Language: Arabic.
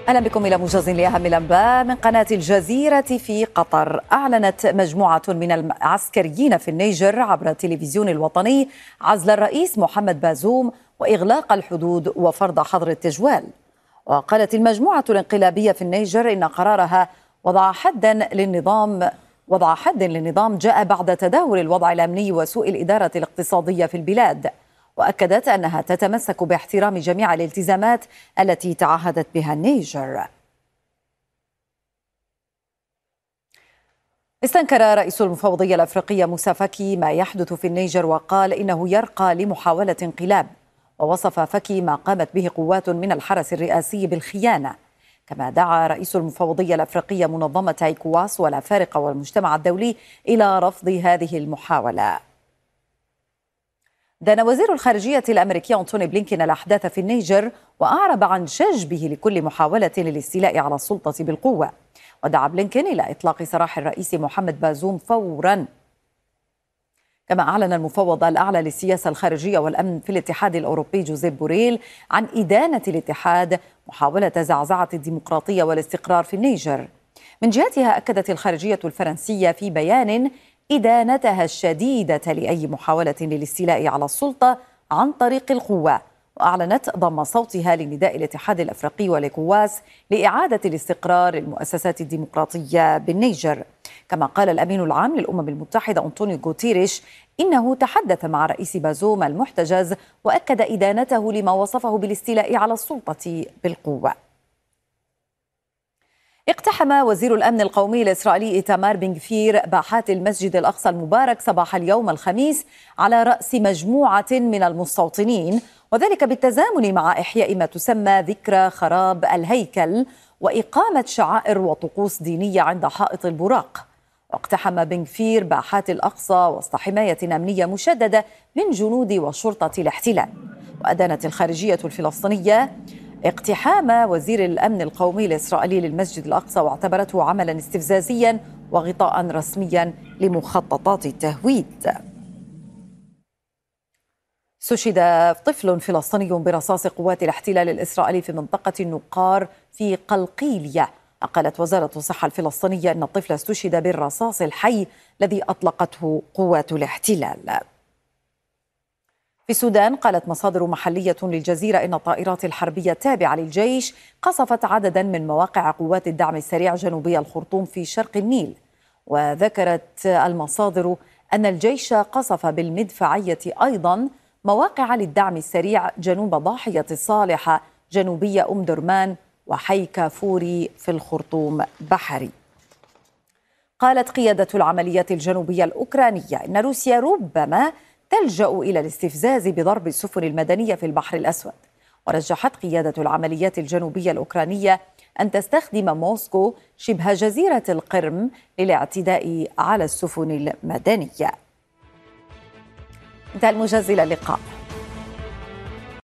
أهلا بكم إلى موجز لأهم الأنباء من قناة الجزيرة في قطر. أعلنت مجموعة من العسكريين في النيجر عبر التلفزيون الوطني عزل الرئيس محمد بازوم وإغلاق الحدود وفرض حظر التجوال. وقالت المجموعة الانقلابية في النيجر إن قرارها وضع حد للنظام جاء بعد تدهور الوضع الأمني وسوء الإدارة الاقتصادية في البلاد، وأكدت أنها تتمسك باحترام جميع الالتزامات التي تعهدت بها النيجر. استنكر رئيس المفوضية الأفريقية موسى فكي ما يحدث في النيجر وقال إنه يرقى لمحاولة انقلاب، ووصف فكي ما قامت به قوات من الحرس الرئاسي بالخيانة. كما دعا رئيس المفوضية الأفريقية منظمة إيكواس والأفارقة والمجتمع الدولي إلى رفض هذه المحاولة. دان وزير الخارجية الأمريكي أنتوني بلينكين الأحداث في النيجر وأعرب عن شجبه لكل محاولة للاستيلاء على السلطة بالقوة، ودعا بلينكين إلى إطلاق سراح الرئيس محمد بازوم فورا. كما أعلن المفوض الأعلى للسياسة الخارجية والأمن في الاتحاد الأوروبي جوزيف بوريل عن إدانة الاتحاد محاولة زعزعة الديمقراطية والاستقرار في النيجر. من جهتها أكدت الخارجية الفرنسية في بيان إدانتها الشديدة لأي محاولة للاستيلاء على السلطة عن طريق القوة، وأعلنت ضم صوتها لنداء الاتحاد الأفريقي والإكواس لإعادة الاستقرار للمؤسسات الديمقراطية بالنيجر. كما قال الأمين العام للأمم المتحدة أنطونيو غوتيريش إنه تحدث مع رئيس بازوم المحتجز وأكد إدانته لما وصفه بالاستيلاء على السلطة بالقوة. اقتحم وزير الأمن القومي الإسرائيلي إيتمار بن غفير باحات المسجد الأقصى المبارك صباح اليوم الخميس على رأس مجموعة من المستوطنين، وذلك بالتزامن مع إحياء ما تسمى ذكرى خراب الهيكل وإقامة شعائر وطقوس دينية عند حائط البراق. واقتحم بن غفير باحات الأقصى وسط حماية أمنية مشددة من جنود وشرطة الاحتلال. وأدانت الخارجية الفلسطينية اقتحام وزير الأمن القومي الإسرائيلي للمسجد الأقصى واعتبرته عملا استفزازيا وغطاء رسميا لمخططات التهويد. استشهد طفل فلسطيني برصاص قوات الاحتلال الإسرائيلي في منطقة النقار في قلقيلية. قالت وزارة الصحة الفلسطينية أن الطفل استشهد بالرصاص الحي الذي أطلقته قوات الاحتلال. في السودان قالت مصادر محلية للجزيرة إن الطائرات الحربية التابعة للجيش قصفت عددا من مواقع قوات الدعم السريع جنوبي الخرطوم في شرق النيل. وذكرت المصادر أن الجيش قصف بالمدفعية أيضا مواقع للدعم السريع جنوب ضاحية الصالحة جنوبي أم درمان وحي كافوري في الخرطوم بحري. قالت قيادة العمليات الجنوبية الأوكرانية إن روسيا ربما تلجأ إلى الاستفزاز بضرب السفن المدنية في البحر الأسود. ورجحت قيادة العمليات الجنوبية الأوكرانية أن تستخدم موسكو شبه جزيرة القرم للاعتداء على السفن المدنية. انتهى الموجز، إلى اللقاء.